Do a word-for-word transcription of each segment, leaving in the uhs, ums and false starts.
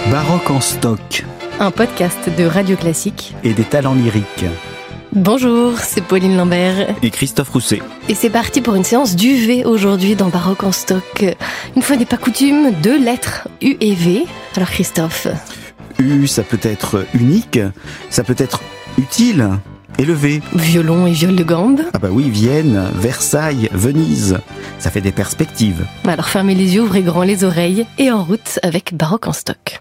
Baroque en stock. Un podcast de Radio Classique. Et des talents lyriques. Bonjour, c'est Pauline Lambert. Et Christophe Rousset. Et c'est parti pour une séance d'U V aujourd'hui dans Baroque en stock. Une fois n'est pas coutume, deux lettres, U et V. Alors Christophe. U, ça peut être unique, ça peut être utile, élevé. Violon et viole de gambe. Ah bah oui, Vienne, Versailles, Venise. Ça fait des perspectives. Alors fermez les yeux, ouvrez grand les oreilles et en route avec Baroque en stock.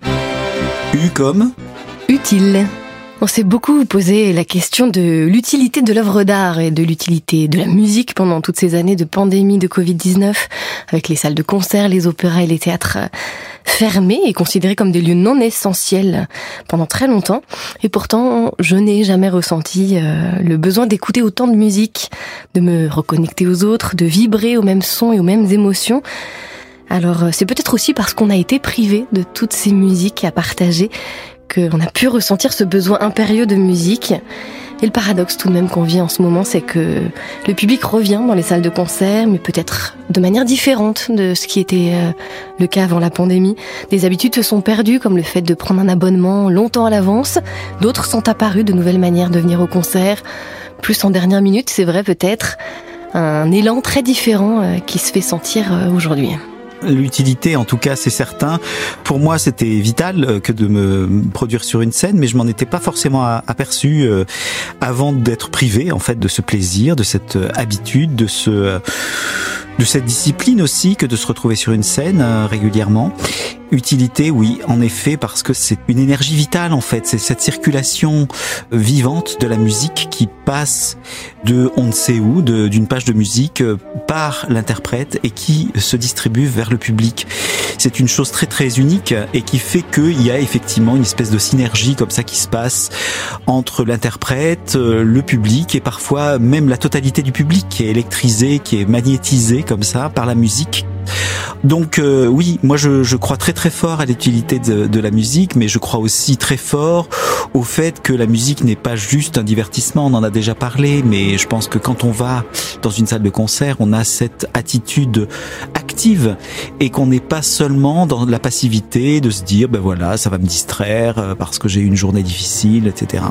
U comme utile. On s'est beaucoup posé la question de l'utilité de l'œuvre d'art et de l'utilité de la musique pendant toutes ces années de pandémie de covid dix-neuf, avec les salles de concert, les opéras et les théâtres fermés et considérés comme des lieux non essentiels pendant très longtemps. Et pourtant, je n'ai jamais ressenti euh, le besoin d'écouter autant de musique, de me reconnecter aux autres, de vibrer aux mêmes sons et aux mêmes émotions. Alors, c'est peut-être aussi parce qu'on a été privé de toutes ces musiques à partager qu'on a pu ressentir ce besoin impérieux de musique. Et le paradoxe tout de même qu'on vit en ce moment, c'est que le public revient dans les salles de concert, mais peut-être de manière différente de ce qui était euh, le cas avant la pandémie. Des habitudes se sont perdues, comme le fait de prendre un abonnement longtemps à l'avance. D'autres sont apparues, de nouvelles manières de venir au concert, plus en dernière minute, c'est vrai peut-être. Un élan très différent euh, qui se fait sentir euh, aujourd'hui. L'utilité, en tout cas, c'est certain. Pour moi, c'était vital que de me produire sur une scène, mais je m'en étais pas forcément aperçu euh, avant d'être privé, en fait, de ce plaisir, de cette habitude, de ce, euh, de cette discipline aussi, que de se retrouver sur une scène euh, régulièrement. Utilité, oui, en effet, parce que c'est une énergie vitale, en fait. C'est cette circulation vivante de la musique qui passe de on ne sait où, de, d'une page de musique par l'interprète et qui se distribue vers le public. C'est une chose très très unique et qui fait qu'il y a effectivement une espèce de synergie comme ça qui se passe entre l'interprète, le public et parfois même la totalité du public qui est électrisé, qui est magnétisé comme ça par la musique. Donc euh, oui, moi je, je crois très très fort à l'utilité de, de la musique, mais je crois aussi très fort au fait que la musique n'est pas juste un divertissement, on en a déjà parlé, mais je pense que quand on va dans une salle de concert, on a cette attitude active et qu'on n'est pas seulement dans la passivité de se dire ben voilà, ça va me distraire parce que j'ai eu une journée difficile, et cetera.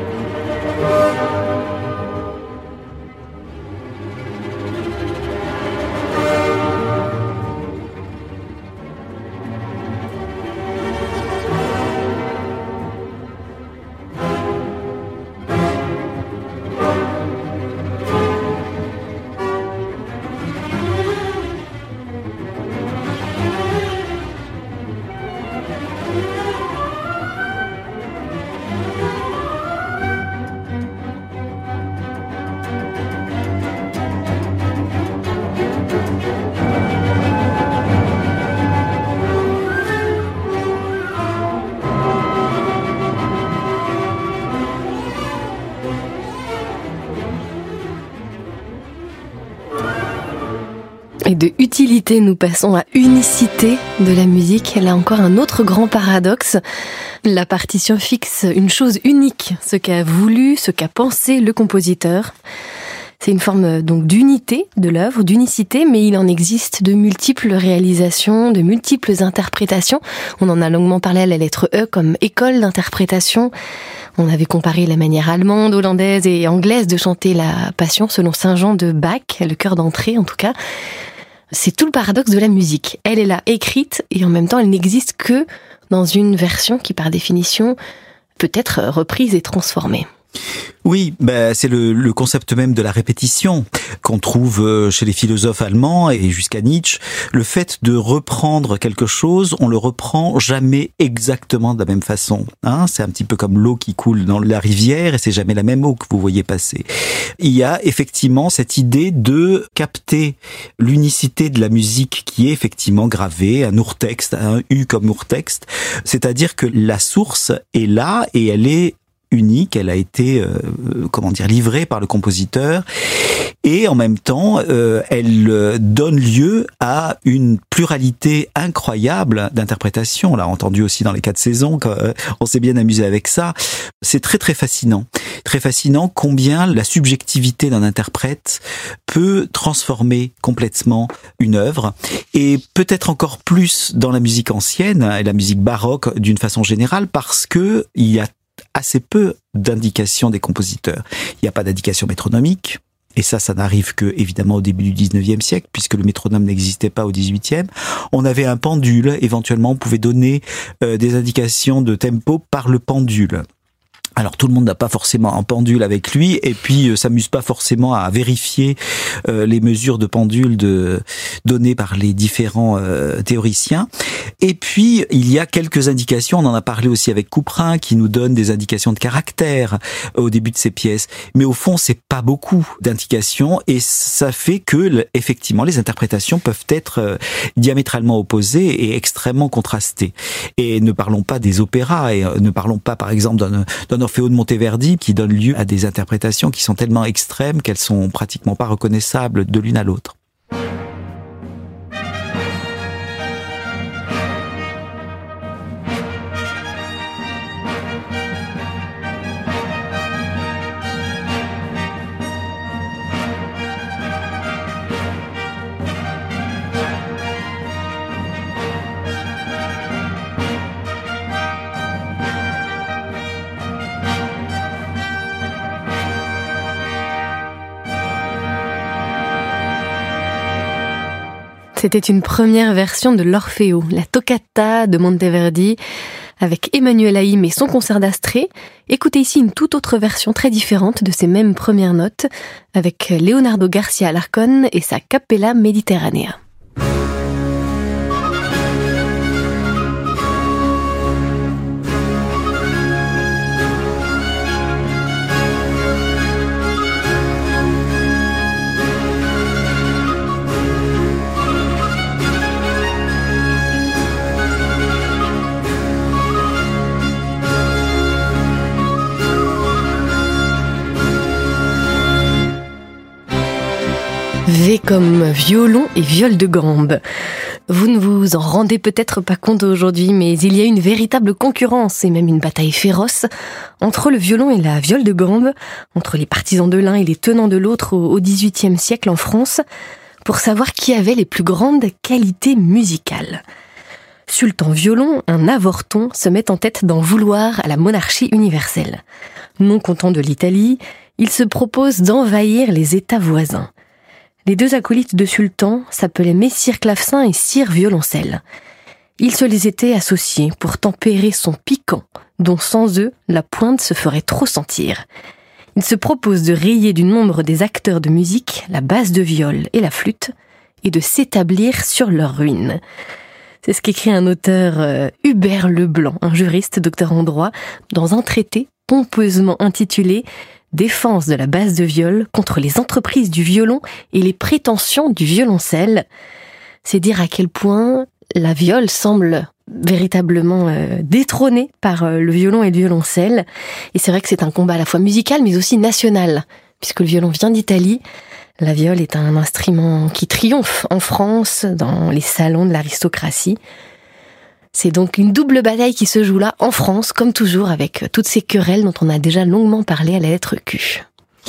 Et de utilité, nous passons à unicité de la musique. Là encore, un autre grand paradoxe. La partition fixe une chose unique, ce qu'a voulu, ce qu'a pensé le compositeur. C'est une forme donc d'unité de l'œuvre, d'unicité, mais il en existe de multiples réalisations, de multiples interprétations. On en a longuement parlé à la lettre E comme école d'interprétation. On avait comparé la manière allemande, hollandaise et anglaise de chanter la Passion selon Saint Jean de Bach, le chœur d'entrée en tout cas. C'est tout le paradoxe de la musique. Elle est là, écrite, et en même temps, elle n'existe que dans une version qui, par définition, peut être reprise et transformée. Oui, ben c'est le, le concept même de la répétition qu'on trouve chez les philosophes allemands et jusqu'à Nietzsche. Le fait de reprendre quelque chose, on le reprend jamais exactement de la même façon. Hein, c'est un petit peu comme l'eau qui coule dans la rivière et c'est jamais la même eau que vous voyez passer. Il y a effectivement cette idée de capter l'unicité de la musique qui est effectivement gravée, un urtexte, un U comme urtexte, c'est-à-dire que la source est là et elle est unique, elle a été, euh, comment dire, livrée par le compositeur, et en même temps, euh, elle donne lieu à une pluralité incroyable d'interprétations. On l'a entendu aussi dans les quatre saisons, on s'est bien amusé avec ça. C'est très très fascinant, très fascinant combien la subjectivité d'un interprète peut transformer complètement une œuvre, et peut-être encore plus dans la musique ancienne et la musique baroque d'une façon générale, parce que il y a assez peu d'indications des compositeurs. Il n'y a pas d'indication métronomique. Et ça, ça n'arrive que, évidemment, au début du dix-neuvième siècle, puisque le métronome n'existait pas au dix-huitième. On avait un pendule, éventuellement, on pouvait donner euh, des indications de tempo par le pendule. Alors tout le monde n'a pas forcément un pendule avec lui, et puis euh, s'amuse pas forcément à vérifier euh, les mesures de pendule de, données par les différents euh, théoriciens. Et puis il y a quelques indications, on en a parlé aussi avec Couperin, qui nous donne des indications de caractère au début de ses pièces. Mais au fond, c'est pas beaucoup d'indications, et ça fait que effectivement les interprétations peuvent être euh, diamétralement opposées et extrêmement contrastées. Et ne parlons pas des opéras, et euh, ne parlons pas par exemple d'un, d'un Orfeo de Monteverdi qui donne lieu à des interprétations qui sont tellement extrêmes qu'elles sont pratiquement pas reconnaissables de l'une à l'autre. C'était une première version de l'Orfeo, la toccata de Monteverdi, avec Emmanuel Haïm et son concert d'Astrée. Écoutez ici une toute autre version très différente de ces mêmes premières notes, avec Leonardo Garcia Alarcón et sa Capella Mediterranea. V comme violon et viole de gambe. Vous ne vous en rendez peut-être pas compte aujourd'hui, mais il y a une véritable concurrence et même une bataille féroce entre le violon et la viole de gambe, entre les partisans de l'un et les tenants de l'autre au dix-huitième siècle en France, pour savoir qui avait les plus grandes qualités musicales. Sultan Violon, un avorton, se met en tête d'en vouloir à la monarchie universelle. Non content de l'Italie, il se propose d'envahir les États voisins. Les deux acolytes de Sultan s'appelaient Messire Clavecin et Sire Violoncelle. Ils se les étaient associés pour tempérer son piquant, dont sans eux, la pointe se ferait trop sentir. Ils se proposent de rayer du nombre des acteurs de musique la basse de viol et la flûte, et de s'établir sur leur ruine. C'est ce qu'écrit un auteur euh, Hubert Leblanc, un juriste, docteur en droit, dans un traité pompeusement intitulé « Défense de la basse de viol contre les entreprises du violon et les prétentions du violoncelle ». C'est dire à quel point la viole semble véritablement euh, détrônée par euh, le violon et le violoncelle. Et c'est vrai que c'est un combat à la fois musical mais aussi national, puisque le violon vient d'Italie. La viole est un instrument qui triomphe en France, dans les salons de l'aristocratie. C'est donc une double bataille qui se joue là, en France, comme toujours, avec toutes ces querelles dont on a déjà longuement parlé à la lettre Q.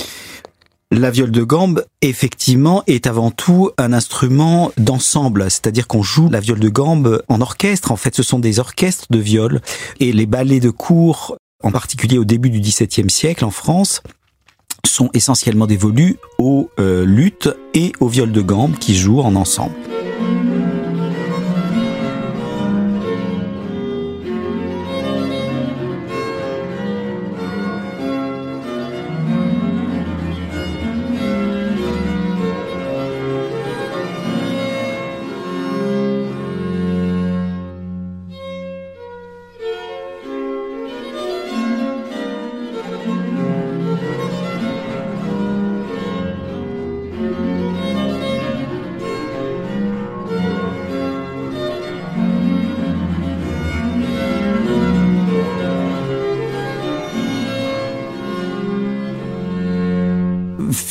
La viole de gambe, effectivement, est avant tout un instrument d'ensemble, c'est-à-dire qu'on joue la viole de gambe en orchestre. En fait, ce sont des orchestres de viole. Et les ballets de cour, en particulier au début du dix-septième siècle en France, sont essentiellement dévolus aux euh, luttes et aux violes de gambe qui jouent en ensemble.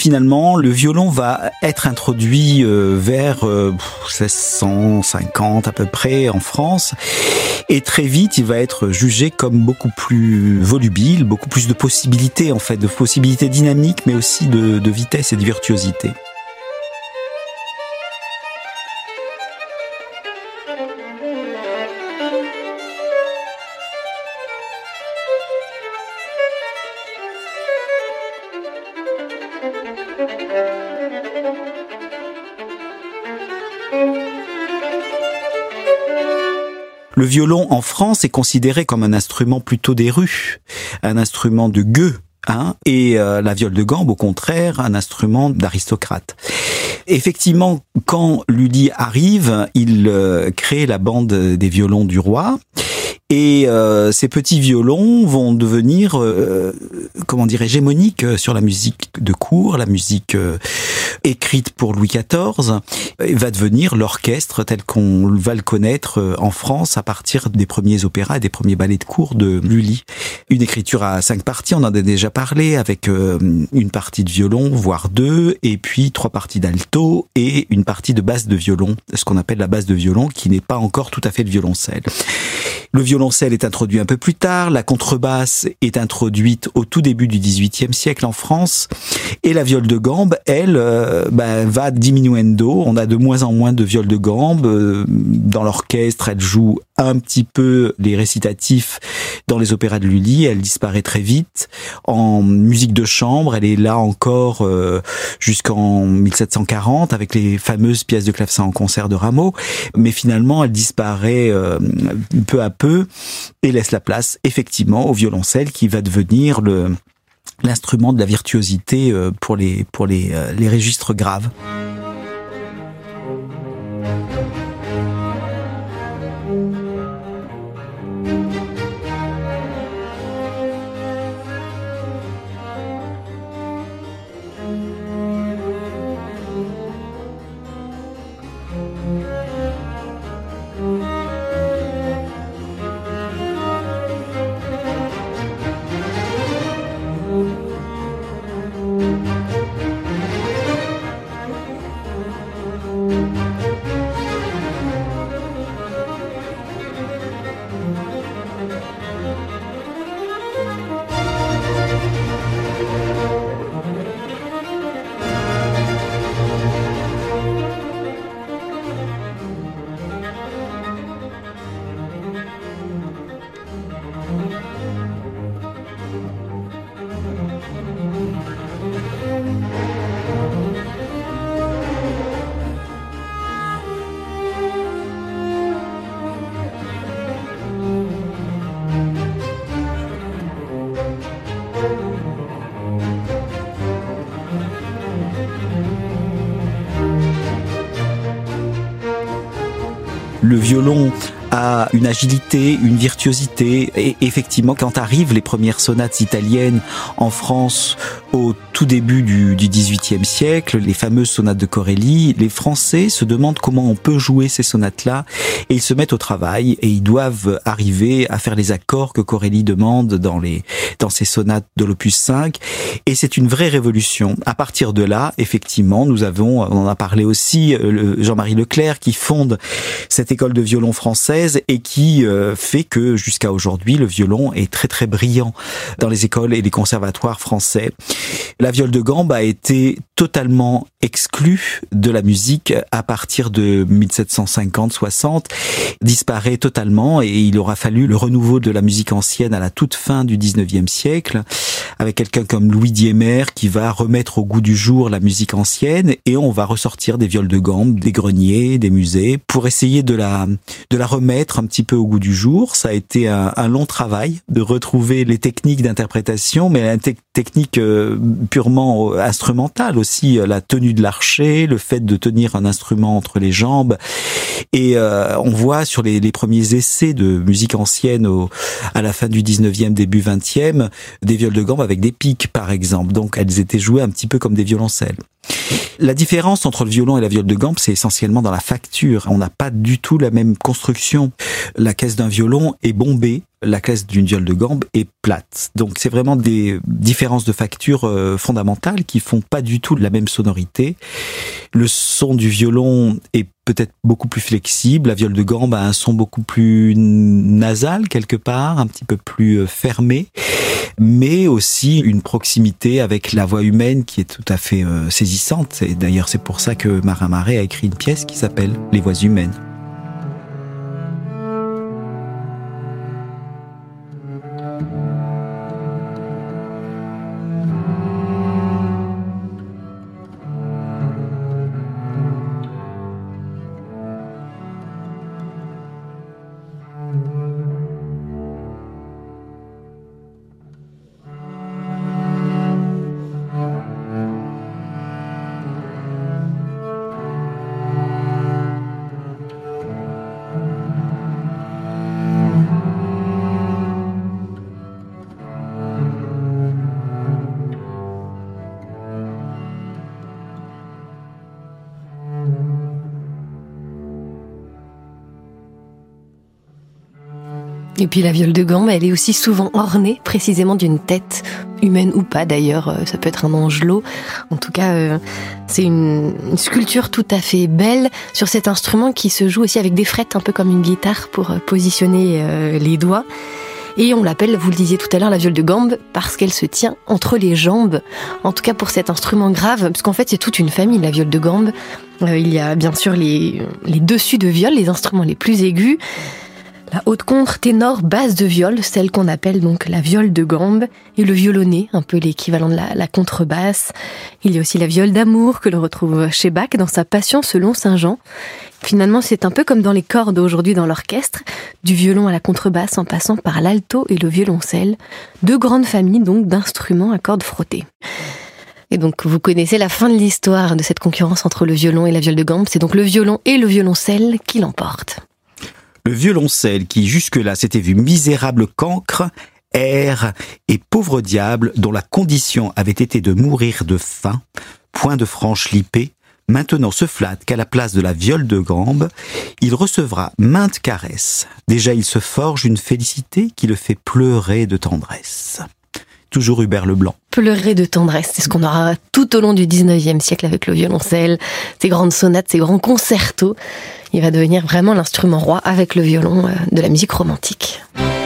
finalement, le violon va être introduit euh, vers euh, seize cent cinquante à peu près en France. Et très vite, il va être jugé comme beaucoup plus volubile, beaucoup plus de possibilités en fait, de possibilités dynamiques, mais aussi de, de vitesse et de virtuosité. Le violon en France est considéré comme un instrument plutôt des rues, un instrument de gueux, hein, et euh, la viole de gambe, au contraire, un instrument d'aristocrate. Effectivement, quand Lully arrive, il euh, crée la bande des violons du roi. Et euh, ces petits violons vont devenir, euh, comment dire, hégémoniques sur la musique de cour, la musique euh, écrite pour Louis quatorze, et va devenir l'orchestre tel qu'on va le connaître en France à partir des premiers opéras et des premiers ballets de cour de Lully. Une écriture à cinq parties, on en a déjà parlé, avec euh, une partie de violon, voire deux, et puis trois parties d'alto et une partie de basse de violon, ce qu'on appelle la basse de violon, qui n'est pas encore tout à fait le violoncelle. Le violoncelle est introduit un peu plus tard, la contrebasse est introduite au tout début du dix-huitième siècle en France, et la viole de gambe, elle, euh, ben, va diminuendo, on a de moins en moins de viole de gambe, euh, dans l'orchestre, elle joue un petit peu les récitatifs dans les opéras de Lully, elle disparaît très vite. En musique de chambre, elle est là encore euh, jusqu'en mille sept cent quarante avec les fameuses pièces de clavecin en concert de Rameau, mais finalement elle disparaît euh, peu à peu et laisse la place effectivement au violoncelle qui va devenir le l'instrument de la virtuosité euh, pour les pour les euh, les registres graves. Le violon a une agilité, une virtuosité, et effectivement, quand arrivent les premières sonates italiennes en France au tout début du, du dix-huitième siècle, les fameuses sonates de Corelli, les Français se demandent comment on peut jouer ces sonates-là, et ils se mettent au travail, et ils doivent arriver à faire les accords que Corelli demande dans les dans ces sonates de l'opus cinq, et c'est une vraie révolution. À partir de là, effectivement, nous avons, on en a parlé aussi, Jean-Marie Leclerc qui fonde cette école de violon française et qui euh, fait que jusqu'à aujourd'hui, le violon est très très brillant dans les écoles et les conservatoires français. La viole de gambe a été totalement exclue de la musique à partir de mille sept cent cinquante soixante, disparaît totalement, et il aura fallu le renouveau de la musique ancienne à la toute fin du dix-neuvième siècle, avec quelqu'un comme Louis Diémer qui va remettre au goût du jour la musique ancienne, et on va ressortir des violes de gambe, des greniers, des musées, pour essayer de la de la remettre un petit peu au goût du jour. Ça a été un, un long travail de retrouver les techniques d'interprétation, mais la te- technique euh, purement instrumentale aussi, la tenue de l'archet, le fait de tenir un instrument entre les jambes. Et euh, on voit sur les, les premiers essais de musique ancienne au, à la fin du dix-neuvième, début vingtième, des violes de gambe avec des pics, par exemple. Donc elles étaient jouées un petit peu comme des violoncelles. La différence entre le violon et la viole de gambe, c'est essentiellement dans la facture. On n'a pas du tout la même construction. La caisse d'un violon est bombée la caisse d'une viole de gambe est plate. Donc c'est vraiment des différences de facture euh, fondamentales qui font pas du tout la même sonorité. Le son du violon est peut-être beaucoup plus flexible. La viole de gambe a un son beaucoup plus nasal quelque part, un petit peu plus fermé, mais aussi une proximité avec la voix humaine qui est tout à fait euh, saisissante. Et d'ailleurs, c'est pour ça que Marin Marais a écrit une pièce qui s'appelle « Les voix humaines ». Et puis la viole de gambe, elle est aussi souvent ornée précisément d'une tête, humaine ou pas d'ailleurs, ça peut être un angelot. En tout cas, euh, c'est une, une sculpture tout à fait belle sur cet instrument qui se joue aussi avec des frettes, un peu comme une guitare pour positionner euh, les doigts. Et on l'appelle, vous le disiez tout à l'heure, la viole de gambe parce qu'elle se tient entre les jambes. En tout cas pour cet instrument grave, parce qu'en fait c'est toute une famille, la viole de gambe. Euh, il y a bien sûr les, les dessus de viole, les instruments les plus aigus. La haute contre, ténor, basse de viole, celle qu'on appelle donc la viole de gambe, et le violonnet, un peu l'équivalent de la, la contrebasse. Il y a aussi la viole d'amour que l'on retrouve chez Bach dans sa Passion selon Saint Jean. Finalement, c'est un peu comme dans les cordes aujourd'hui dans l'orchestre, du violon à la contrebasse en passant par l'alto et le violoncelle, deux grandes familles donc d'instruments à cordes frottées. Et donc, vous connaissez la fin de l'histoire de cette concurrence entre le violon et la viole de gambe, c'est donc le violon et le violoncelle qui l'emportent. Le violoncelle, qui jusque-là s'était vu misérable cancre, air et pauvre diable, dont la condition avait été de mourir de faim, point de franche lipée, maintenant se flatte qu'à la place de la viole de gambe, il recevra maintes caresses. Déjà il se forge une félicité qui le fait pleurer de tendresse. Toujours Hubert Leblanc. Pleurer de tendresse, c'est ce qu'on aura tout au long du dix-neuvième siècle avec le violoncelle, ces grandes sonates, ces grands concertos. Il va devenir vraiment l'instrument roi avec le violon de la musique romantique.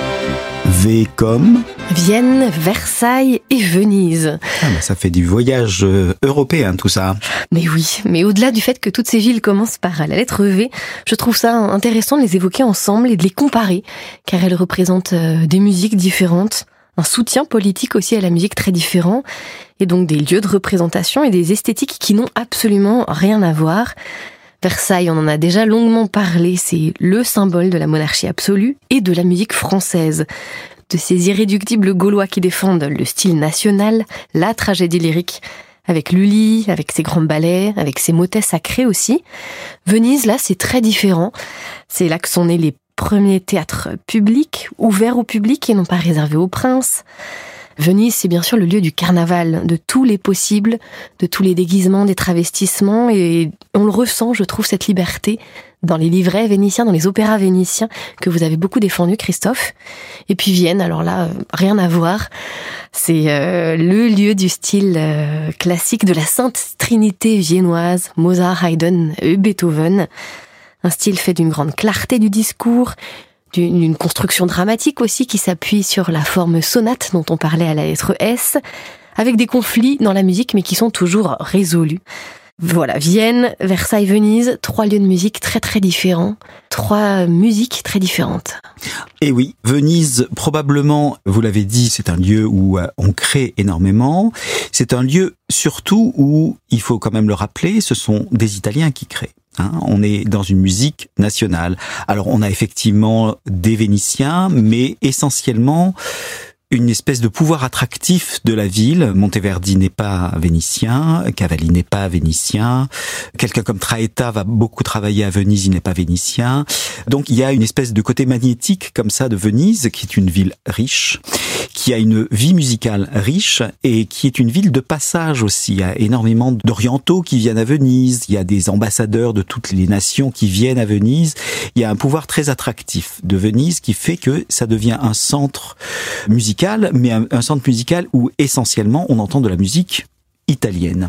V comme Vienne, Versailles et Venise. Ah bah ça fait du voyage euh, européen tout ça. Mais oui, mais au-delà du fait que toutes ces villes commencent par la lettre V, je trouve ça intéressant de les évoquer ensemble et de les comparer, car elles représentent euh, des musiques différentes, un soutien politique aussi à la musique très différent, et donc des lieux de représentation et des esthétiques qui n'ont absolument rien à voir. Versailles, on en a déjà longuement parlé, c'est le symbole de la monarchie absolue et de la musique française. De ces irréductibles Gaulois qui défendent le style national, la tragédie lyrique, avec Lully, avec ses grands ballets, avec ses motets sacrés aussi. Venise, là, c'est très différent. C'est là que sont nés les premiers théâtres publics, ouverts au public et non pas réservés aux princes. Venise, c'est bien sûr le lieu du carnaval, de tous les possibles, de tous les déguisements, des travestissements, et on le ressent, je trouve, cette liberté dans les livrets vénitiens, dans les opéras vénitiens, que vous avez beaucoup défendu, Christophe. Et puis Vienne, alors là, rien à voir. C'est euh, le lieu du style euh, classique de la Sainte Trinité viennoise, Mozart, Haydn et Beethoven. Un style fait d'une grande clarté du discours, d'une construction dramatique aussi qui s'appuie sur la forme sonate dont on parlait à la lettre S, avec des conflits dans la musique mais qui sont toujours résolus. Voilà, Vienne, Versailles, Venise, trois lieux de musique très très différents, trois musiques très différentes. Et oui, Venise, probablement, vous l'avez dit, c'est un lieu où on crée énormément. C'est un lieu surtout où, il faut quand même le rappeler, ce sont des Italiens qui créent. Hein, on est dans une musique nationale. Alors on a effectivement des Vénitiens, mais essentiellement une espèce de pouvoir attractif de la ville. Monteverdi n'est pas vénitien, Cavalli n'est pas vénitien, quelqu'un comme Traetta va beaucoup travailler à Venise, il n'est pas vénitien. Donc il y a une espèce de côté magnétique comme ça de Venise, qui est une ville riche, qui a une vie musicale riche et qui est une ville de passage aussi. Il y a énormément d'orientaux qui viennent à Venise, il y a des ambassadeurs de toutes les nations qui viennent à Venise. Il y a un pouvoir très attractif de Venise qui fait que ça devient un centre musical, mais un, un centre musical où essentiellement on entend de la musique italienne.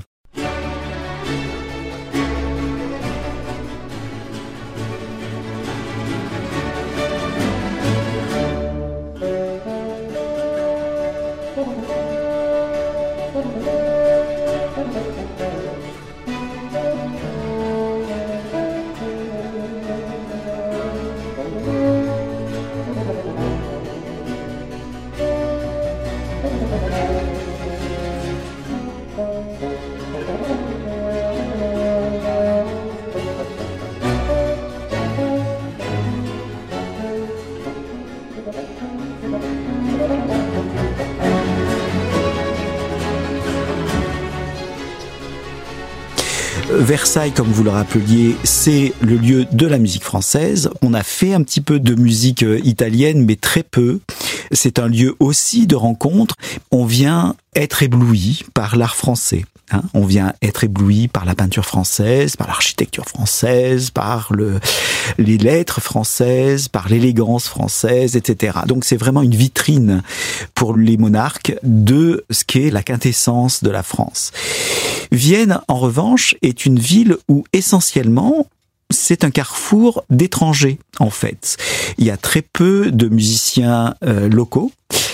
Versailles, comme vous le rappeliez, c'est le lieu de la musique française. On a fait un petit peu de musique italienne, mais très peu. C'est un lieu aussi de rencontre. On vient être ébloui par l'art français. Hein, on vient être ébloui par la peinture française, par l'architecture française, par le, les lettres françaises, par l'élégance française, et cetera. Donc c'est vraiment une vitrine pour les monarques de ce qu'est la quintessence de la France. Vienne, en revanche, est une ville où essentiellement c'est un carrefour d'étrangers, en fait. Il y a très peu de musiciens euh, locaux.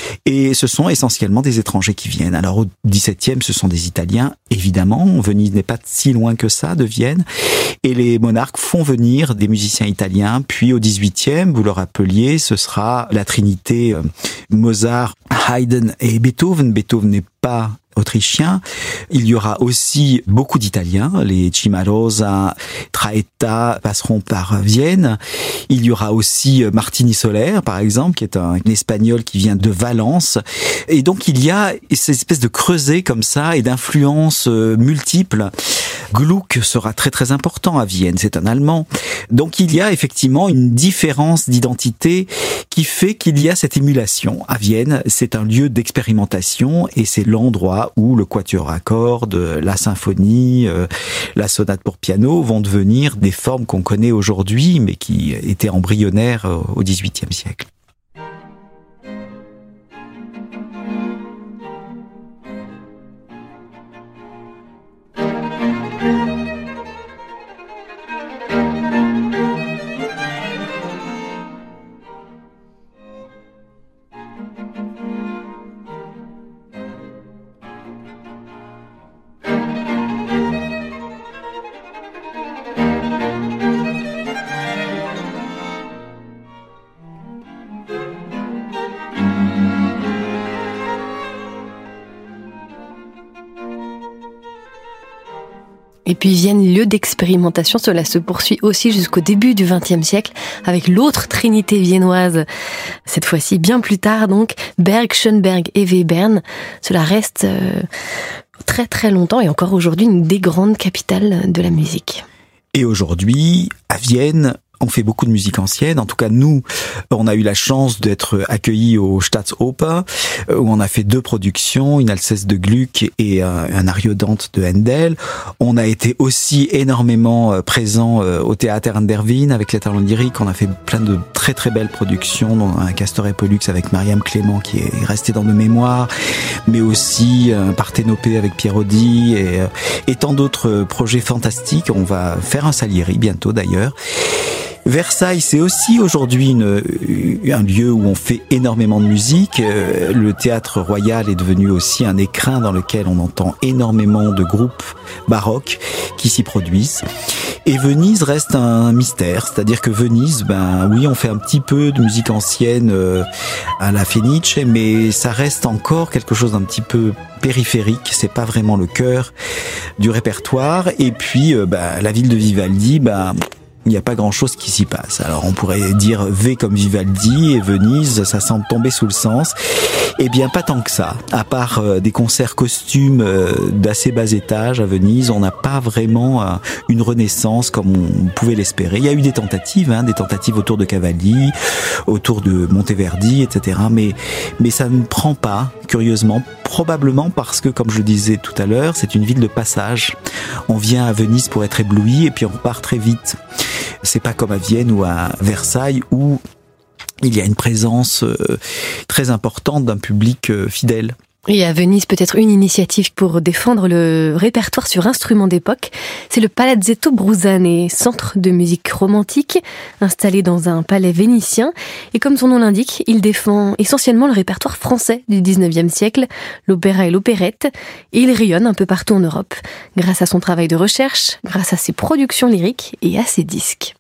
Et ce sont essentiellement des étrangers qui viennent. Alors au dix-septième, ce sont des Italiens, évidemment. Venise n'est pas si loin que ça de Vienne. Et les monarques font venir des musiciens italiens. Puis au dix-huitième, vous le rappeliez, ce sera la trinité euh, Mozart, Haydn et Beethoven. Beethoven n'est pas autrichien. Il y aura aussi beaucoup d'Italiens. Les Cimarosa, Traetta passeront par Vienne. Il y aura aussi Martini Soler, par exemple, qui est un Espagnol qui vient de Valence. Et donc, il y a cette espèce de creuset comme ça et d'influences multiples. Gluck sera très très important à Vienne, c'est un Allemand. Donc, il y a effectivement une différence d'identité qui fait qu'il y a cette émulation. À Vienne, c'est un lieu d'expérimentation et c'est l'endroit où le quatuor à cordes, la symphonie, euh, la sonate pour piano vont devenir des formes qu'on connaît aujourd'hui, mais qui étaient embryonnaires au dix-huitième siècle. Et puis Vienne, lieu d'expérimentation, cela se poursuit aussi jusqu'au début du vingtième siècle avec l'autre trinité viennoise. Cette fois-ci, bien plus tard donc, Berg, Schönberg et Webern. Cela reste euh, très très longtemps et encore aujourd'hui une des grandes capitales de la musique. Et aujourd'hui, à Vienne, on fait beaucoup de musique ancienne. En tout cas, nous, on a eu la chance d'être accueillis au Staatsoper, où on a fait deux productions, une Alceste de Gluck et un Ariodante de Handel. On a été aussi énormément présent au Théâtre an der Wien avec les Talents lyriques. On a fait plein de très très belles productions, dont un Castor et Pollux avec Mariam Clément qui est resté dans nos mémoires, mais aussi un Parthénopée avec Pierre Audi et, et tant d'autres projets fantastiques. On va faire un Salieri bientôt d'ailleurs. Versailles, c'est aussi aujourd'hui une, un lieu où on fait énormément de musique. Le théâtre royal est devenu aussi un écrin dans lequel on entend énormément de groupes baroques qui s'y produisent. Et Venise reste un mystère, c'est-à-dire que Venise, ben oui, on fait un petit peu de musique ancienne à la Fenice, mais ça reste encore quelque chose d'un petit peu périphérique, c'est pas vraiment le cœur du répertoire. Et puis, ben, la ville de Vivaldi, ben il n'y a pas grand-chose qui s'y passe. Alors on pourrait dire V comme Vivaldi et Venise, ça semble tomber sous le sens. Eh bien pas tant que ça. À part euh, des concerts costumes euh, d'assez bas étage à Venise, on n'a pas vraiment euh, une renaissance comme on pouvait l'espérer. Il y a eu des tentatives, hein, des tentatives autour de Cavalli, autour de Monteverdi, et cetera. Mais mais ça ne prend pas, curieusement, probablement parce que, comme je le disais tout à l'heure, c'est une ville de passage. On vient à Venise pour être ébloui et puis on repart très vite. C'est pas comme à Vienne ou à Versailles où il y a une présence euh, très importante d'un public euh, fidèle. Et à Venise, peut-être une initiative pour défendre le répertoire sur instruments d'époque. C'est le Palazzetto Bruzane, centre de musique romantique, installé dans un palais vénitien. Et comme son nom l'indique, il défend essentiellement le répertoire français du dix-neuvième siècle, l'opéra et l'opérette. Et il rayonne un peu partout en Europe, grâce à son travail de recherche, grâce à ses productions lyriques et à ses disques.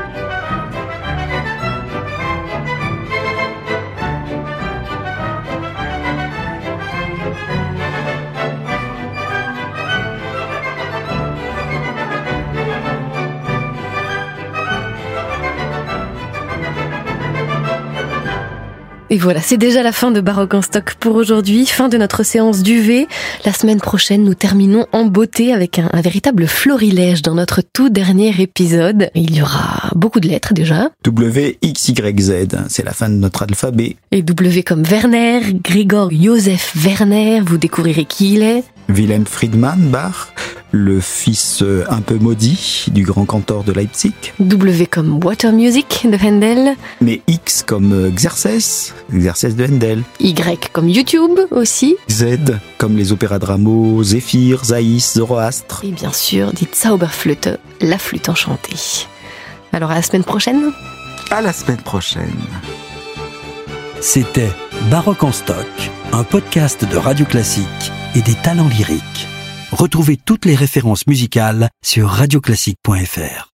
Et voilà, c'est déjà la fin de Baroque en stock pour aujourd'hui, fin de notre séance d'U V. La semaine prochaine, nous terminons en beauté avec un, un véritable florilège dans notre tout dernier épisode. Il y aura beaucoup de lettres déjà. W, X, Y, Z, c'est la fin de notre alphabet. Et W comme Werner, Grigor Joseph Werner, vous découvrirez qui il est. Wilhelm Friedman Bach, le fils un peu maudit du grand cantor de Leipzig. W comme Water Music de Handel. Mais X comme Xerxes, Xerxes de Handel. Y comme YouTube aussi. Z comme les opéras de Rameau, Zéphyr, Zaïs, Zoroastre. Et bien sûr, die Zauberflöte, la flûte enchantée. Alors à la semaine prochaine. À la semaine prochaine. C'était Baroque en stock, un podcast de Radio Classique et des talents lyriques. Retrouvez toutes les références musicales sur radio classique point f r.